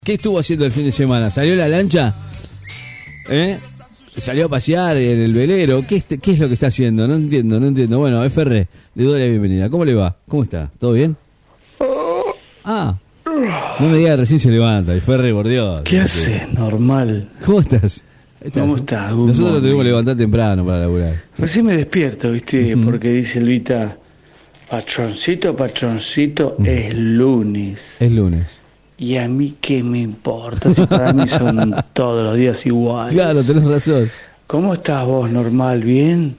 ¿Qué estuvo haciendo el fin de semana? ¿Salió la lancha? ¿Salió a pasear en el velero? ¿Qué es lo que está haciendo? No entiendo. Bueno, FR, le doy la bienvenida. ¿Cómo le va? ¿Cómo está? ¿Todo bien? Ah, no me diga, recién se levanta. FR, por Dios. ¿Qué haces? Normal. ¿Cómo estás? ¿Cómo estás? Nosotros nos tenemos que levantar temprano para laburar. Recién me despierto, ¿viste? Porque dice Elvita, patroncito, es lunes. Es lunes. Y a mí qué me importa, si para mí son todos los días iguales. Claro, tenés razón. ¿Cómo estás vos, normal? ¿Bien?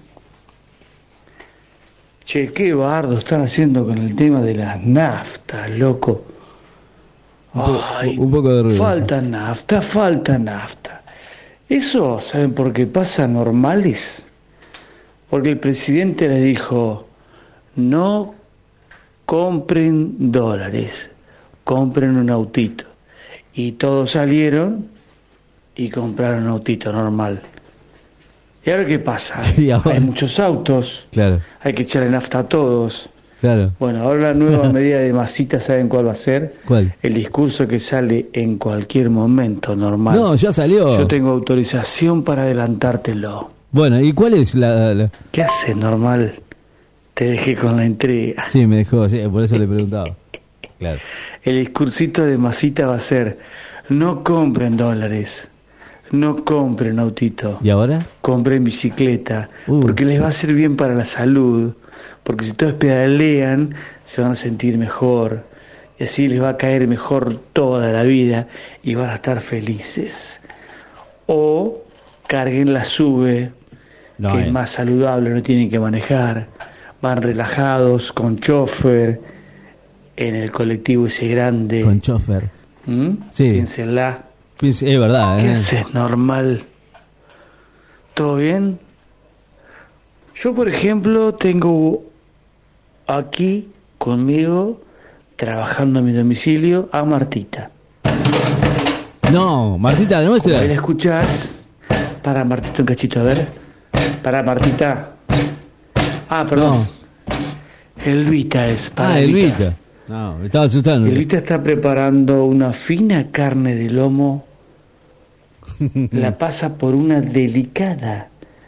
Che, qué bardo están haciendo con el tema de las naftas, loco. Un poco de ruido. Falta nafta. Eso, ¿saben por qué pasa, normales? Porque el presidente les dijo, no compren dólares, compren un autito. Y todos salieron y compraron un autito normal. ¿Y ahora qué pasa? Sí, ahora. Hay muchos autos, Claro, hay que echarle nafta a todos. claro. Bueno, ahora la nueva medida de masita, ¿saben cuál va a ser? ¿Cuál? El discurso que sale en cualquier momento, normal. No, ya salió. Yo tengo autorización para adelantártelo. Bueno, ¿y cuál es la...? ¿Qué haces, normal? Te dejé con la intriga. Sí, me dejó, sí, por eso le preguntaba. Claro. El discursito de masita va a ser, no compren dólares, no compren autito, ¿Y ahora? compren bicicleta, porque les va a hacer bien para la salud, porque si todos pedalean, se van a sentir mejor, y así les va a caer mejor toda la vida, y van a estar felices. O carguen la SUBE, No, que es más saludable, no tienen que manejar, van relajados, con chofer, en el colectivo ese grande. Con chofer. Sí. Piénsenla. Es verdad, ¿Qué haces, normal? ¿Todo bien? Yo, por ejemplo, tengo aquí conmigo, trabajando en mi domicilio, a Martita. No, Martita, la nuestra. Ahí la escuchás. Para, Martita, un cachito, a ver. Para, Martita. Ah, perdón. No. Elvita es. Para Elvita. No, me estaba asustando. Elvita está preparando una fina carne de lomo. La pasa por una delicada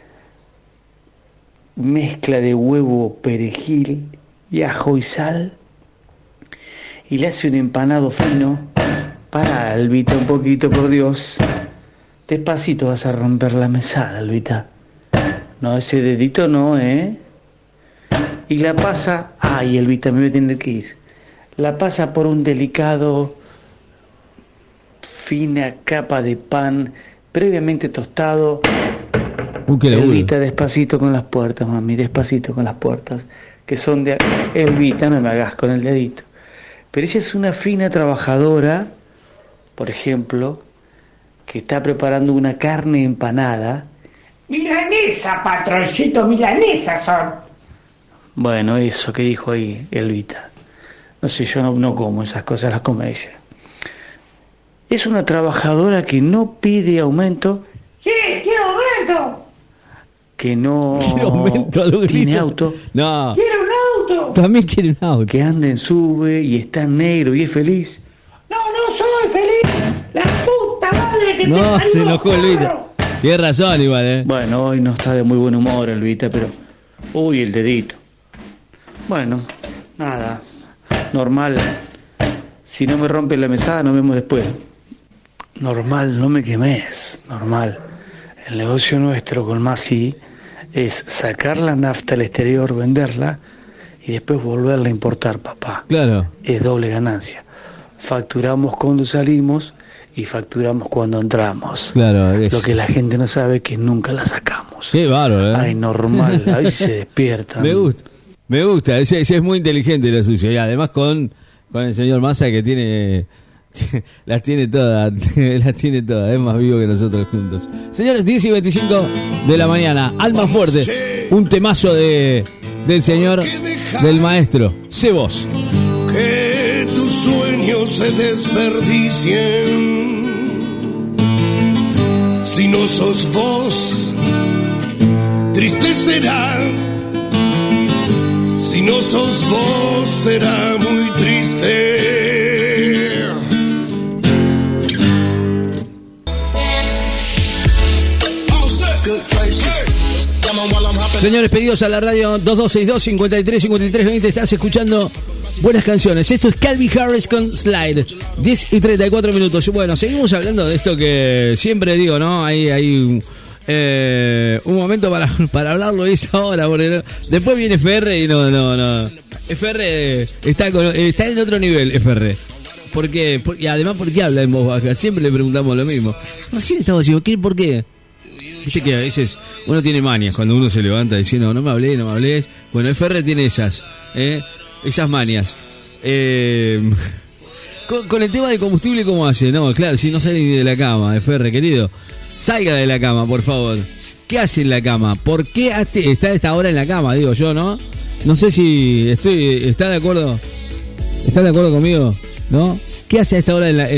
mezcla de huevo, perejil y ajo y sal. Y le hace un empanado fino. Para, Elvita, un poquito, por Dios. Despacito vas a romper la mesada, Elvita. No, ese dedito no, ¿eh? Y la pasa... Ay, Elvita, me voy a tener que ir. La pasa por un delicado, fina capa de pan previamente tostado. Qué laburo. Elvita, despacito con las puertas, mami, despacito con las puertas, que son de... Elvita, no me hagas con el dedito. Pero ella es una fina trabajadora, por ejemplo, que está preparando una carne empanada. Milanesa, patroncito, milanesa son. Bueno, eso que dijo ahí Elvita. No sé, yo no como esas cosas, las come ella. Es una trabajadora que no pide aumento. Sí, quiero aumento. Que no ¿Quiere aumento a los tiene gritos? auto. No, Quiero un auto. también quiere un auto. Que anda en sube y está en negro y es feliz. No soy feliz. La puta madre que No, te parió, se enojó Elvita. cabrón. Tienes razón igual, Bueno, hoy no está de muy buen humor Elvita, pero... Uy, el dedito. Bueno, nada. Normal. Si no me rompe la mesada, nos vemos después. Normal, no me quemes. Normal. El negocio nuestro con Masi es sacar la nafta al exterior, venderla y después volverla a importar, papá. Claro. Es doble ganancia. Facturamos cuando salimos y facturamos cuando entramos. Claro, es... Lo que la gente no sabe es que nunca la sacamos. Qué bárbaro, Ay, normal, ahí se despiertan. Me gusta, ella es muy inteligente la suya. Y además con el señor Massa que tiene... las tiene todas, es más vivo que nosotros juntos. Señores, 10 y 25 de la mañana, Alma Fuerte, un temazo del señor, del maestro. Sé vos. Que tus sueños se desperdicien. Si no sos vos, triste será. Si no sos vos, será muy triste. Señores, pedidos a la radio 2262-535320. Estás escuchando buenas canciones. Esto es Calvin Harris con Slide. 10:34. Bueno, seguimos hablando de esto que siempre digo, ¿no? Hay un momento para hablarlo, es ahora. Porque después viene FR y no. FR está en otro nivel, FR. ¿Por qué? Y además, ¿por qué habla en voz baja? Siempre le preguntamos lo mismo. Recién estaba diciendo, ¿por qué? Viste que a veces uno tiene manias cuando uno se levanta diciendo, no me hables. Bueno, FR tiene esas manias. Con el tema del combustible, ¿cómo hace? No, claro, si no sale ni de la cama, FR, querido. Salga de la cama, por favor. ¿Qué hace en la cama? ¿Por qué está a esta hora en la cama? Digo yo, ¿no? No sé si ¿está de acuerdo? ¿Está de acuerdo conmigo? ¿No? ¿Qué hace a esta hora en la,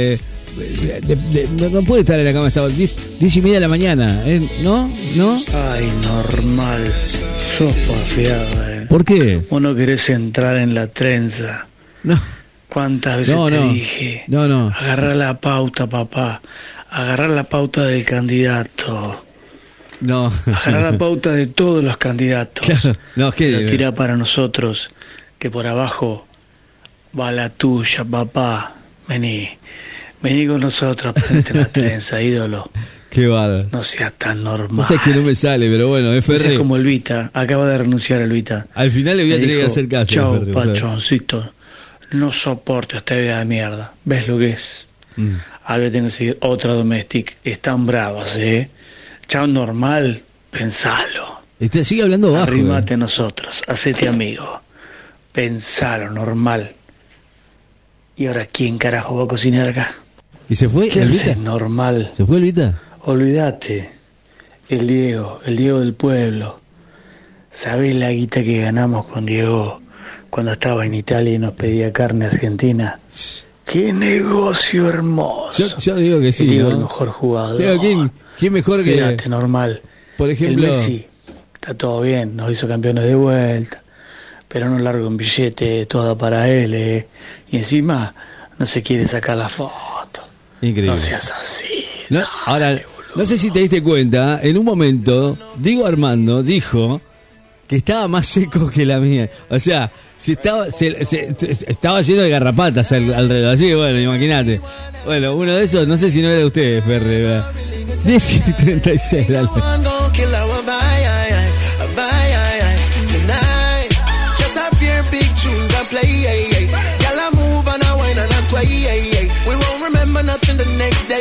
no puede estar en la cama a esta hora, 10:30 de la mañana, ¿no? Ay, normal. Sos porfiado, ¿Por qué? Vos no querés entrar en la trenza. No. ¿Cuántas veces te dije? No. Agarrá la pauta, papá. Agarrá la pauta del candidato. No. Agarrá la pauta de todos los candidatos. Claro. No, es que lo tira para nosotros, que por abajo va la tuya, papá. Vení con nosotros, ponete la trenza, ídolo. Qué bárbaro. No seas tan normal. No sé, que no me sale, pero bueno, FR. No seas como Elvita, acaba de renunciar Elvita. Al final le voy a tener que hacer caso. Chau, FR, pachoncito. No soporto esta vida de mierda. ¿Ves lo que es? Ahora tengo que seguir otra domestic. Están bravas, Chau, normal, pensalo. Sigue hablando bajo. Arrímate a nosotros, hacete amigo. Pensalo, normal. ¿Y ahora quién carajo va a cocinar acá? ¿Y se fue? ¿Qué haces, normal? ¿Se fue Elvita? Olvídate. El Diego del pueblo. ¿Sabés la guita que ganamos con Diego cuando estaba en Italia y nos pedía carne argentina? ¡Qué negocio hermoso! Yo digo que sí, Diego, ¿no? El mejor jugador. ¿Quién mejor que...? Olvídate, normal. Por ejemplo... El Messi, está todo bien, nos hizo campeones de vuelta, pero no largo un billete todo para él, y encima no se quiere sacar la foto. Increíble. No seas así. No, ahora, no sé si te diste cuenta, en un momento Diego Armando dijo que estaba más seco que la mía. O sea, estaba lleno de garrapatas alrededor. Así que bueno, imagínate. Bueno, uno de esos, no sé si no era de ustedes, Ferre. 10:36, dale.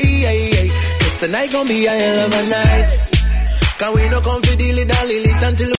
Tonight gonna be a hell of a night. Cause we no come for dilly dally until